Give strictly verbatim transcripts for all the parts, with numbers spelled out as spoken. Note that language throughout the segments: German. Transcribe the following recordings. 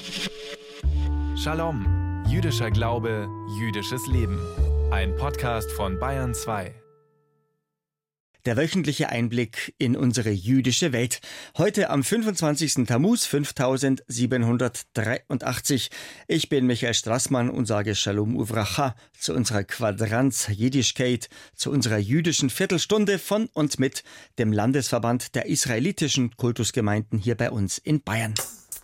Shalom, jüdischer Glaube, jüdisches Leben. Ein Podcast von Bayern zwei. Der wöchentliche Einblick in unsere jüdische Welt. Heute am fünfundzwanzigsten Tammuz fünftausendsiebenhundertdreiundachtzig. Ich bin Michael Strassmann und sage Shalom Uvracha zu unserer Quadranz Jiddischkeit, zu unserer jüdischen Viertelstunde von und mit dem Landesverband der israelitischen Kultusgemeinden hier bei uns in Bayern.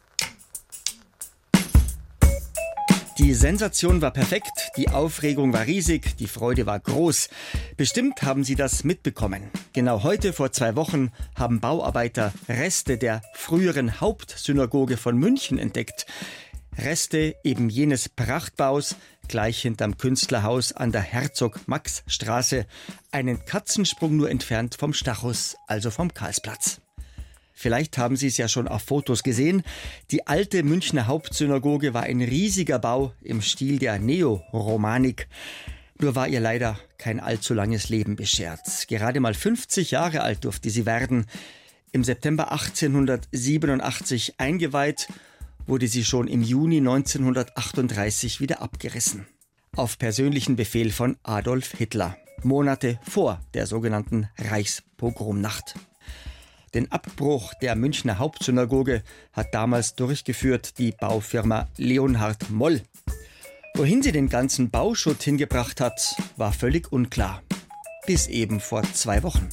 Die Sensation war perfekt, die Aufregung war riesig, die Freude war groß. Bestimmt haben Sie das mitbekommen. Genau heute vor zwei Wochen haben Bauarbeiter Reste der früheren Hauptsynagoge von München entdeckt. Reste eben jenes Prachtbaus gleich hinterm Künstlerhaus an der Herzog-Max-Straße, einen Katzensprung nur entfernt vom Stachus, also vom Karlsplatz. Vielleicht haben Sie es ja schon auf Fotos gesehen. Die alte Münchner Hauptsynagoge war ein riesiger Bau im Stil der Neoromanik. Nur war ihr leider kein allzu langes Leben beschert. Gerade mal fünfzig Jahre alt durfte sie werden. Im September achtzehnhundertsiebenundachtzig eingeweiht, wurde sie schon im Juni neunzehnhundertachtunddreißig wieder abgerissen. Auf persönlichen Befehl von Adolf Hitler. Monate vor der sogenannten Reichspogromnacht. Den Abbruch der Münchner Hauptsynagoge hat damals durchgeführt die Baufirma Leonhard Moll. Wohin sie den ganzen Bauschutt hingebracht hat, war völlig unklar. Bis eben vor zwei Wochen.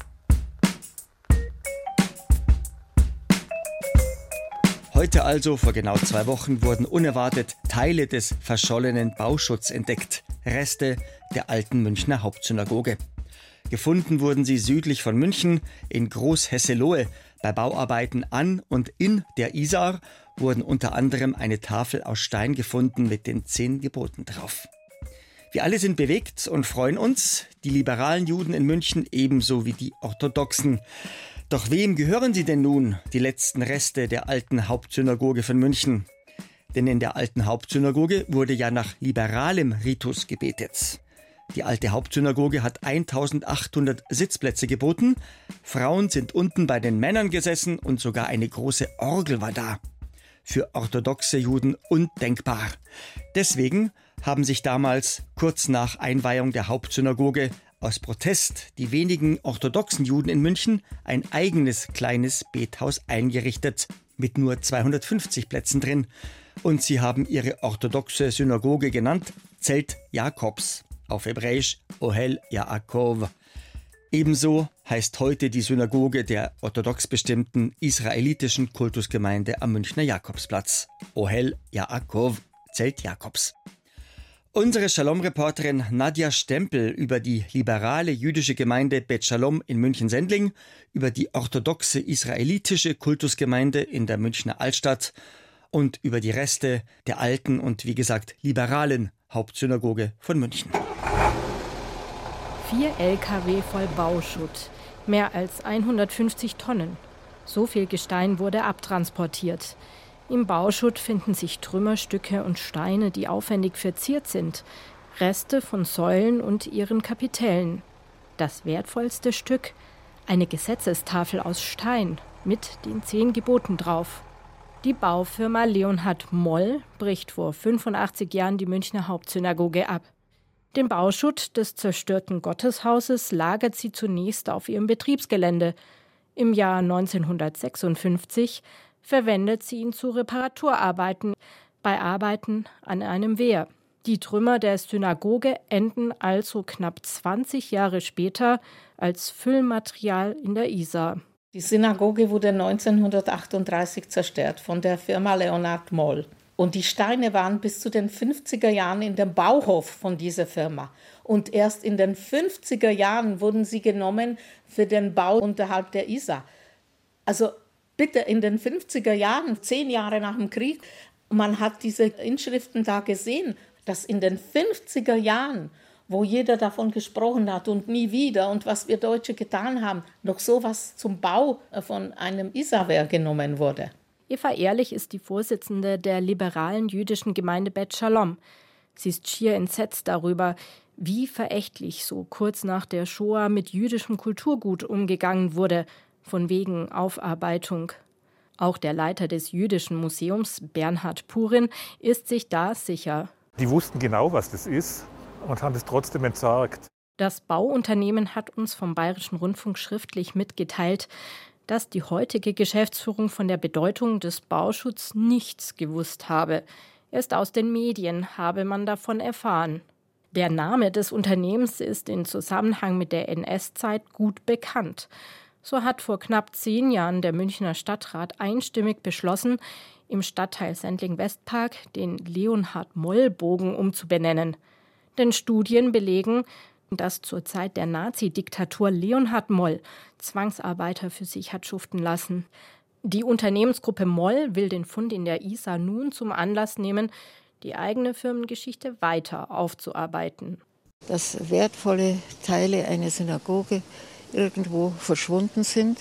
Heute also, vor genau zwei Wochen, wurden unerwartet Teile des verschollenen Bauschutts entdeckt. Reste der alten Münchner Hauptsynagoge. Gefunden wurden sie südlich von München in Großhesselohe. Bei Bauarbeiten an und in der Isar wurden unter anderem eine Tafel aus Stein gefunden mit den zehn Geboten drauf. Wir alle sind bewegt und freuen uns, die liberalen Juden in München ebenso wie die orthodoxen. Doch wem gehören sie denn nun, die letzten Reste der alten Hauptsynagoge von München? Denn in der alten Hauptsynagoge wurde ja nach liberalem Ritus gebetet. Die alte Hauptsynagoge hat eintausendachthundert Sitzplätze geboten. Frauen sind unten bei den Männern gesessen und sogar eine große Orgel war da. Für orthodoxe Juden undenkbar. Deswegen haben sich damals, kurz nach Einweihung der Hauptsynagoge, aus Protest die wenigen orthodoxen Juden in München ein eigenes kleines Bethaus eingerichtet, mit nur zweihundertfünfzig Plätzen drin. Und sie haben ihre orthodoxe Synagoge genannt Zelt Jakobs. Auf Hebräisch Ohel Yaakov. Ebenso heißt heute die Synagoge der orthodox bestimmten israelitischen Kultusgemeinde am Münchner Jakobsplatz. Ohel Yaakov, Zelt Jakobs. Unsere Shalom-Reporterin Nadja Stempel über die liberale jüdische Gemeinde Bet Shalom in München-Sendling, über die orthodoxe israelitische Kultusgemeinde in der Münchner Altstadt und über die Reste der alten und wie gesagt liberalen Hauptsynagoge von München. Vier L K W voll Bauschutt, mehr als hundertfünfzig Tonnen. So viel Gestein wurde abtransportiert. Im Bauschutt finden sich Trümmerstücke und Steine, die aufwendig verziert sind. Reste von Säulen und ihren Kapitellen. Das wertvollste Stück, eine Gesetzestafel aus Stein mit den zehn Geboten drauf. Die Baufirma Leonhard Moll bricht vor fünfundachtzig Jahren die Münchner Hauptsynagoge ab. Den Bauschutt des zerstörten Gotteshauses lagert sie zunächst auf ihrem Betriebsgelände. Im Jahr neunzehnhundertsechsundfünfzig verwendet sie ihn zu Reparaturarbeiten bei Arbeiten an einem Wehr. Die Trümmer der Synagoge enden also knapp zwanzig Jahre später als Füllmaterial in der Isar. Die Synagoge wurde neunzehnhundertachtunddreißig zerstört von der Firma Leonhard Moll. Und die Steine waren bis zu den fünfziger Jahren in dem Bauhof von dieser Firma. Und erst in den fünfziger Jahren wurden sie genommen für den Bau unterhalb der Isar. Also bitte, in den fünfziger Jahren, zehn Jahre nach dem Krieg, man hat diese Inschriften da gesehen, dass in den fünfziger Jahren, wo jeder davon gesprochen hat und nie wieder und was wir Deutsche getan haben, noch sowas zum Bau von einem Isarwehr genommen wurde. Eva Ehrlich ist die Vorsitzende der liberalen jüdischen Gemeinde Bet Shalom. Sie ist schier entsetzt darüber, wie verächtlich so kurz nach der Shoah mit jüdischem Kulturgut umgegangen wurde, von wegen Aufarbeitung. Auch der Leiter des Jüdischen Museums, Bernhard Purin, ist sich da sicher. Die wussten genau, was das ist und haben es trotzdem entsagt. Das Bauunternehmen hat uns vom Bayerischen Rundfunk schriftlich mitgeteilt, dass die heutige Geschäftsführung von der Bedeutung des Bauschutzes nichts gewusst habe. Erst aus den Medien habe man davon erfahren. Der Name des Unternehmens ist in Zusammenhang mit der N S-Zeit gut bekannt. So hat vor knapp zehn Jahren der Münchner Stadtrat einstimmig beschlossen, im Stadtteil Sendling-Westpark den Leonhard-Moll-Bogen umzubenennen. Denn Studien belegen, dass zur Zeit der Nazi-Diktatur Leonhard Moll Zwangsarbeiter für sich hat schuften lassen. Die Unternehmensgruppe Moll will den Fund in der Isar nun zum Anlass nehmen, die eigene Firmengeschichte weiter aufzuarbeiten. Dass wertvolle Teile einer Synagoge irgendwo verschwunden sind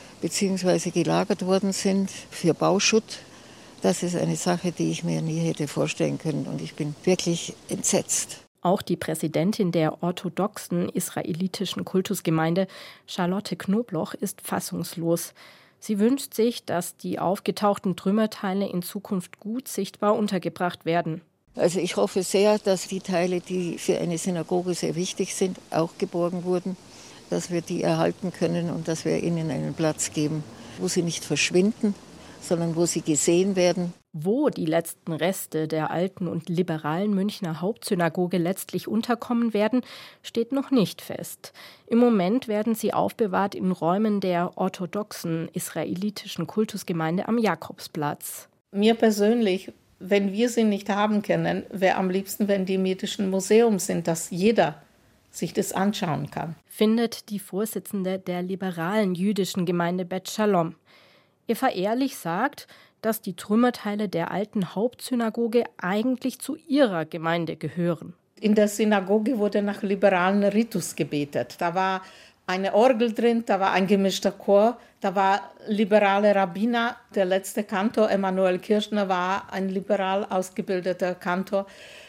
bzw. gelagert worden sind für Bauschutt, das ist eine Sache, die ich mir nie hätte vorstellen können. Und ich bin wirklich entsetzt. Auch die Präsidentin der orthodoxen israelitischen Kultusgemeinde, Charlotte Knobloch, ist fassungslos. Sie wünscht sich, dass die aufgetauchten Trümmerteile in Zukunft gut sichtbar untergebracht werden. Also ich hoffe sehr, dass die Teile, die für eine Synagoge sehr wichtig sind, auch geborgen wurden, dass wir die erhalten können und dass wir ihnen einen Platz geben, wo sie nicht verschwinden, sondern wo sie gesehen werden. Wo die letzten Reste der alten und liberalen Münchner Hauptsynagoge letztlich unterkommen werden, steht noch nicht fest. Im Moment werden sie aufbewahrt in Räumen der orthodoxen israelitischen Kultusgemeinde am Jakobsplatz. Mir persönlich, wenn wir sie nicht haben können, wäre am liebsten, wenn die im Jüdischen Museum sind, dass jeder sich das anschauen kann. Findet die Vorsitzende der liberalen jüdischen Gemeinde Bet Shalom. Eva Ehrlich sagt, dass die Trümmerteile der alten Hauptsynagoge eigentlich zu ihrer Gemeinde gehören. In der Synagoge wurde nach liberalen Ritus gebetet. Da war eine Orgel drin, da war ein gemischter Chor, da war liberale Rabbiner. Der letzte Kantor, Emanuel Kirschner, war ein liberal ausgebildeter Kantor.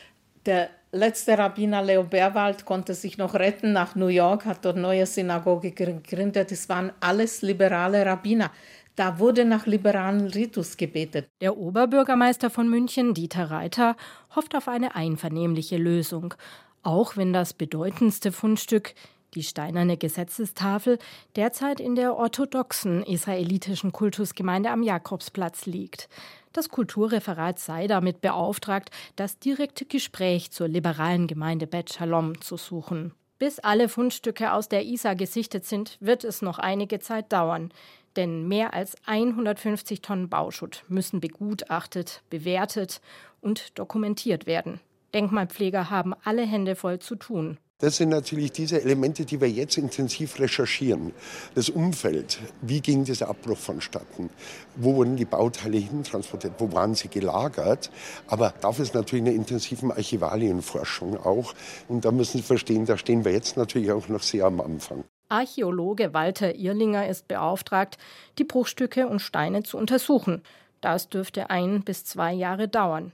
Der letzte Rabbiner, Leo Berwald, konnte sich noch retten nach New York, hat dort eine neue Synagoge gegründet. Das waren alles liberale Rabbiner. Da wurde nach liberalen Ritus gebetet. Der Oberbürgermeister von München, Dieter Reiter, hofft auf eine einvernehmliche Lösung. Auch wenn das bedeutendste Fundstück, die steinerne Gesetzestafel, derzeit in der orthodoxen israelitischen Kultusgemeinde am Jakobsplatz liegt. Das Kulturreferat sei damit beauftragt, das direkte Gespräch zur liberalen Gemeinde Bet Shalom zu suchen. Bis alle Fundstücke aus der Isar gesichtet sind, wird es noch einige Zeit dauern. Denn mehr als hundertfünfzig Tonnen Bauschutt müssen begutachtet, bewertet und dokumentiert werden. Denkmalpfleger haben alle Hände voll zu tun. Das sind natürlich diese Elemente, die wir jetzt intensiv recherchieren. Das Umfeld, wie ging dieser Abbruch vonstatten? Wo wurden die Bauteile hintransportiert? Wo waren sie gelagert? Aber dafür ist natürlich eine intensive Archivalienforschung auch. Und da müssen Sie verstehen, da stehen wir jetzt natürlich auch noch sehr am Anfang. Archäologe Walter Irlinger ist beauftragt, die Bruchstücke und Steine zu untersuchen. Das dürfte ein bis zwei Jahre dauern.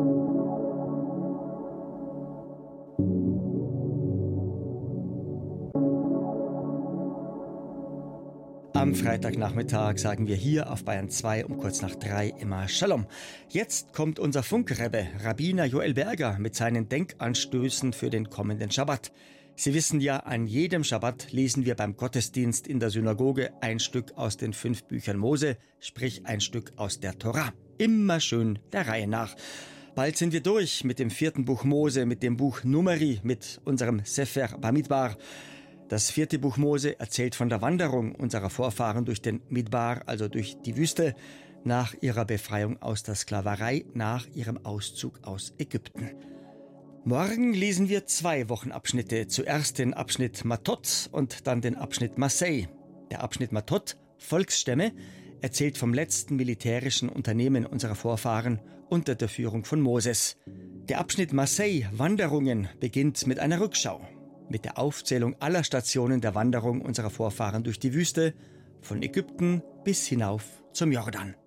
Am Freitagnachmittag sagen wir hier auf Bayern zwei um kurz nach drei immer Shalom. Jetzt kommt unser Funkrebbe, Rabbiner Joel Berger, mit seinen Denkanstößen für den kommenden Schabbat. Sie wissen ja, an jedem Schabbat lesen wir beim Gottesdienst in der Synagoge ein Stück aus den fünf Büchern Mose, sprich ein Stück aus der Tora. Immer schön der Reihe nach. Bald sind wir durch mit dem vierten Buch Mose, mit dem Buch Numeri, mit unserem Sefer Bamidbar. Das vierte Buch Mose erzählt von der Wanderung unserer Vorfahren durch den Midbar, also durch die Wüste, nach ihrer Befreiung aus der Sklaverei, nach ihrem Auszug aus Ägypten. Morgen lesen wir zwei Wochenabschnitte. Zuerst den Abschnitt Matot und dann den Abschnitt Massei. Der Abschnitt Matot, Volksstämme, erzählt vom letzten militärischen Unternehmen unserer Vorfahren unter der Führung von Moses. Der Abschnitt Massei, Wanderungen, beginnt mit einer Rückschau. Mit der Aufzählung aller Stationen der Wanderung unserer Vorfahren durch die Wüste, von Ägypten bis hinauf zum Jordan.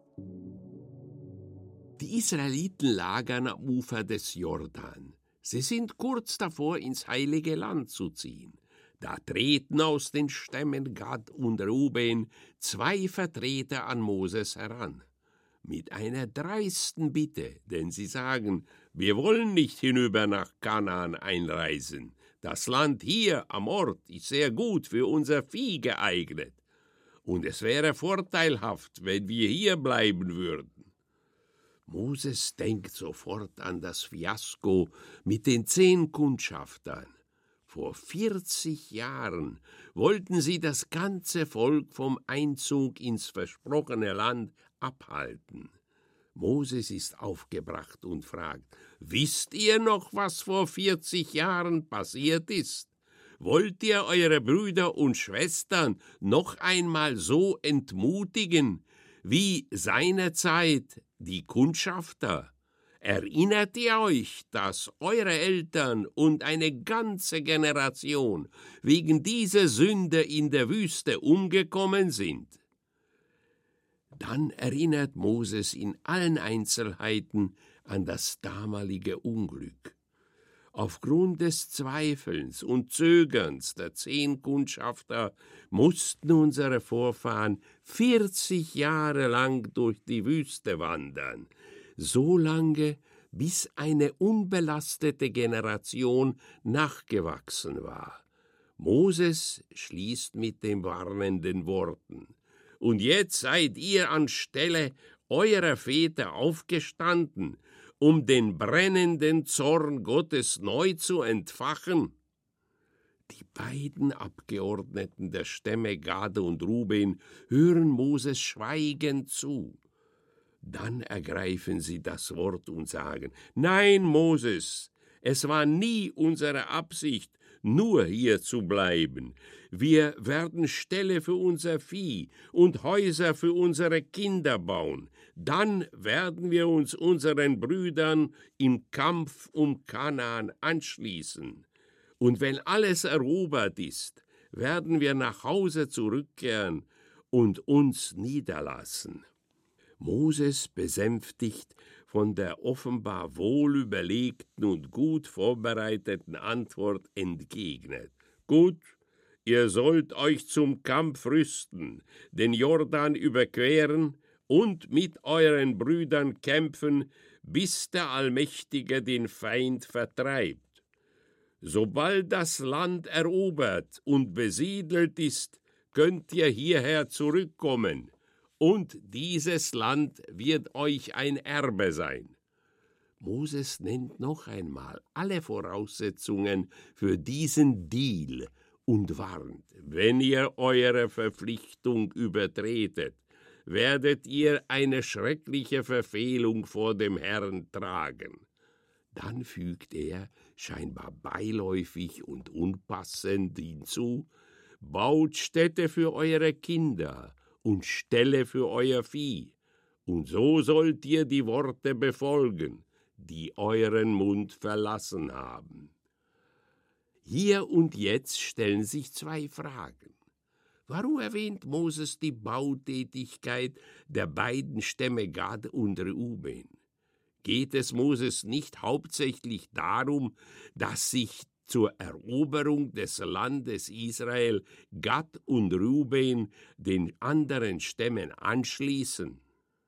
Die Israeliten lagern am Ufer des Jordan. Sie sind kurz davor, ins Heilige Land zu ziehen. Da treten aus den Stämmen Gad und Ruben zwei Vertreter an Moses heran, mit einer dreisten Bitte, denn sie sagen, wir wollen nicht hinüber nach Kanaan einreisen. Das Land hier am Ort ist sehr gut für unser Vieh geeignet, und es wäre vorteilhaft, wenn wir hier bleiben würden. Moses denkt sofort an das Fiasko mit den zehn Kundschaftern. Vor vierzig Jahren wollten sie das ganze Volk vom Einzug ins versprochene Land abhalten. Moses ist aufgebracht und fragt, wisst ihr noch, was vor vierzig Jahren passiert ist? Wollt ihr eure Brüder und Schwestern noch einmal so entmutigen, wie seinerzeit die Kundschafter? Erinnert ihr euch, dass eure Eltern und eine ganze Generation wegen dieser Sünde in der Wüste umgekommen sind? Dann erinnert Moses in allen Einzelheiten an das damalige Unglück. Aufgrund des Zweifelns und Zögerns der zehn Kundschafter mussten unsere Vorfahren vierzig Jahre lang durch die Wüste wandern, so lange, bis eine unbelastete Generation nachgewachsen war. Moses schließt mit den warnenden Worten: Und jetzt seid ihr anstelle eurer Väter aufgestanden, um den brennenden Zorn Gottes neu zu entfachen. Die beiden Abgeordneten der Stämme Gad und Ruben hören Moses schweigend zu. Dann ergreifen sie das Wort und sagen: Nein, Moses, es war nie unsere Absicht, nur hier zu bleiben. Wir werden Ställe für unser Vieh und Häuser für unsere Kinder bauen. Dann werden wir uns unseren Brüdern im Kampf um Kanaan anschließen. Und wenn alles erobert ist, werden wir nach Hause zurückkehren und uns niederlassen. Moses, besänftigt von der offenbar wohlüberlegten und gut vorbereiteten Antwort, entgegnet: Gut, ihr sollt euch zum Kampf rüsten, den Jordan überqueren und mit euren Brüdern kämpfen, bis der Allmächtige den Feind vertreibt. Sobald das Land erobert und besiedelt ist, könnt ihr hierher zurückkommen, und dieses Land wird euch ein Erbe sein. Moses nennt noch einmal alle Voraussetzungen für diesen Deal und warnt: Wenn ihr eure Verpflichtung übertretet, werdet ihr eine schreckliche Verfehlung vor dem Herrn tragen. Dann fügt er, scheinbar beiläufig und unpassend, hinzu: Baut Städte für eure Kinder und Ställe für euer Vieh, und so sollt ihr die Worte befolgen, die euren Mund verlassen haben. Hier und jetzt stellen sich zwei Fragen. Warum erwähnt Moses die Bautätigkeit der beiden Stämme Gad und Reuben? Geht es Moses nicht hauptsächlich darum, dass sich zur Eroberung des Landes Israel Gad und Reuben den anderen Stämmen anschließen?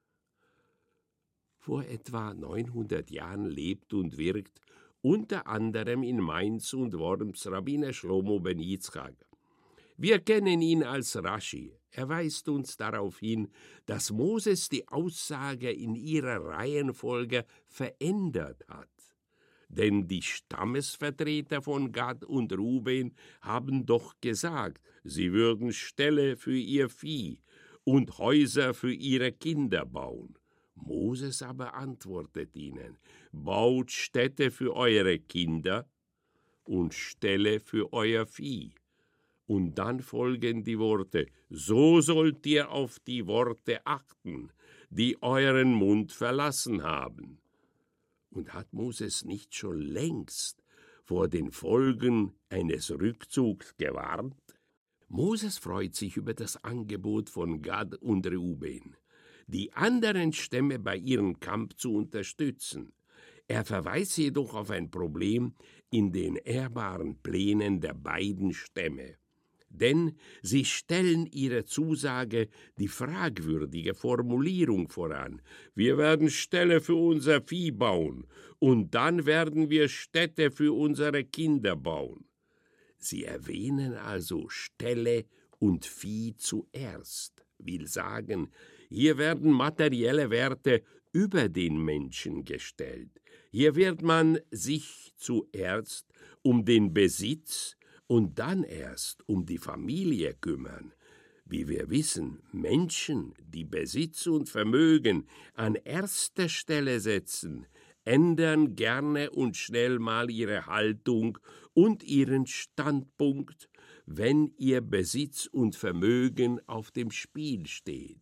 Vor etwa neunhundert Jahren lebt und wirkt unter anderem in Mainz und Worms Rabbiner Shlomo ben Yitzchak. Wir kennen ihn als Rashi. Er weist uns darauf hin, dass Moses die Aussage in ihrer Reihenfolge verändert hat. Denn die Stammesvertreter von Gad und Ruben haben doch gesagt, sie würden Ställe für ihr Vieh und Häuser für ihre Kinder bauen. Moses aber antwortet ihnen: Baut Städte für eure Kinder und Ställe für euer Vieh. Und dann folgen die Worte: So sollt ihr auf die Worte achten, die euren Mund verlassen haben. Und hat Moses nicht schon längst vor den Folgen eines Rückzugs gewarnt? Moses freut sich über das Angebot von Gad und Reuben, die anderen Stämme bei ihrem Kampf zu unterstützen. Er verweist jedoch auf ein Problem in den ehrbaren Plänen der beiden Stämme. Denn sie stellen ihre Zusage die fragwürdige Formulierung voran. Wir werden Ställe für unser Vieh bauen, und dann werden wir Städte für unsere Kinder bauen. Sie erwähnen also Ställe und Vieh zuerst, will sagen, hier werden materielle Werte über den Menschen gestellt. Hier wird man sich zuerst um den Besitz und dann erst um die Familie kümmern. Wie wir wissen, Menschen, die Besitz und Vermögen an erster Stelle setzen, ändern gerne und schnell mal ihre Haltung und ihren Standpunkt, wenn ihr Besitz und Vermögen auf dem Spiel steht.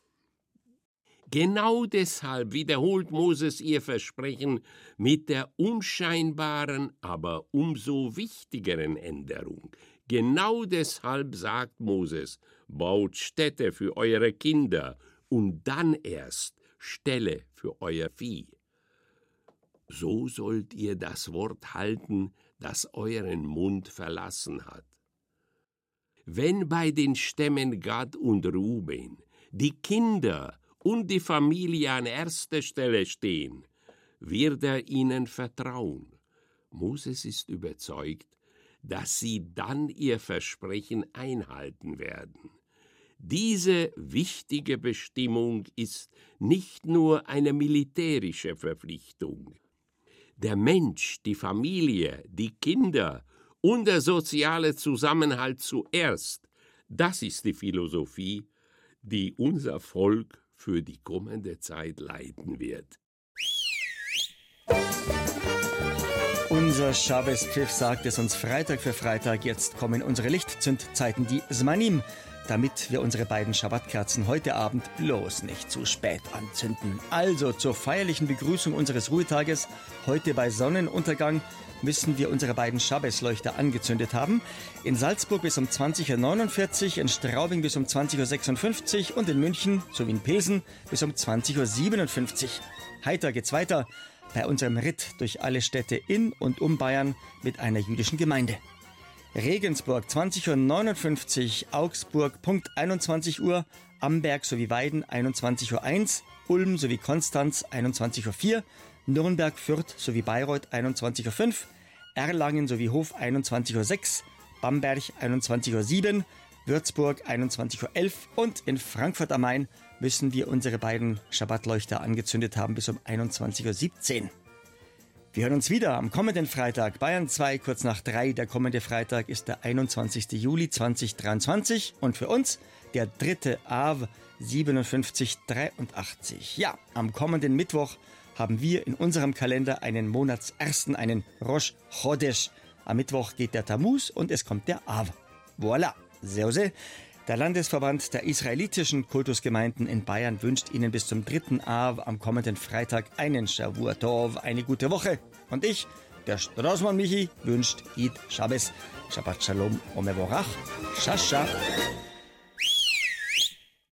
Genau deshalb wiederholt Moses ihr Versprechen mit der unscheinbaren, aber umso wichtigeren Änderung. Genau deshalb sagt Moses, baut Städte für eure Kinder und dann erst Ställe für euer Vieh. So sollt ihr das Wort halten, das euren Mund verlassen hat. Wenn bei den Stämmen Gad und Ruben die Kinder und die Familie an erster Stelle stehen, wird er ihnen vertrauen. Moses ist überzeugt, dass sie dann ihr Versprechen einhalten werden. Diese wichtige Bestimmung ist nicht nur eine militärische Verpflichtung. Der Mensch, die Familie, die Kinder und der soziale Zusammenhalt zuerst, das ist die Philosophie, die unser Volk für die kommende Zeit leiten wird. Unser Schabbes-Pfiff sagt es uns Freitag für Freitag. Jetzt kommen unsere Lichtzündzeiten, die Zmanim, damit wir unsere beiden Schabbatkerzen heute Abend bloß nicht zu spät anzünden. Also zur feierlichen Begrüßung unseres Ruhetages, heute bei Sonnenuntergang, müssen wir unsere beiden Schabbes-Leuchter angezündet haben. In Salzburg bis um zwanzig Uhr neunundvierzig, in Straubing bis um zwanzig Uhr sechsundfünfzig und in München sowie in Pilsen bis um zwanzig Uhr siebenundfünfzig. Heiter geht's weiter bei unserem Ritt durch alle Städte in und um Bayern mit einer jüdischen Gemeinde. Regensburg zwanzig Uhr neunundfünfzig, Augsburg Punkt einundzwanzig Uhr, Amberg sowie Weiden einundzwanzig Uhr eins, Ulm sowie Konstanz einundzwanzig Uhr vier, Nürnberg, Fürth sowie Bayreuth einundzwanzig Uhr fünf, Erlangen sowie Hof einundzwanzig Uhr sechs, Bamberg einundzwanzig Uhr sieben, Würzburg einundzwanzig Uhr elf und in Frankfurt am Main müssen wir unsere beiden Schabbatleuchter angezündet haben bis um einundzwanzig Uhr siebzehn. Wir hören uns wieder am kommenden Freitag, Bayern zwei, kurz nach drei. Der kommende Freitag ist der einundzwanzigster Juli zweitausenddreiundzwanzig und für uns der dritte Av siebenundfünfzig dreiundachtzig. Ja, am kommenden Mittwoch haben wir in unserem Kalender einen Monatsersten, einen Rosh Chodesh. Am Mittwoch geht der Tammuz und es kommt der Av. Voilà, Seose. Der Landesverband der israelitischen Kultusgemeinden in Bayern wünscht Ihnen bis zum dritten Av am kommenden Freitag einen Shavua Tov, eine gute Woche. Und ich, der Straßmann Michi, wünscht Eid Shabbos. Shabbat Shalom Omevorach. Shasha.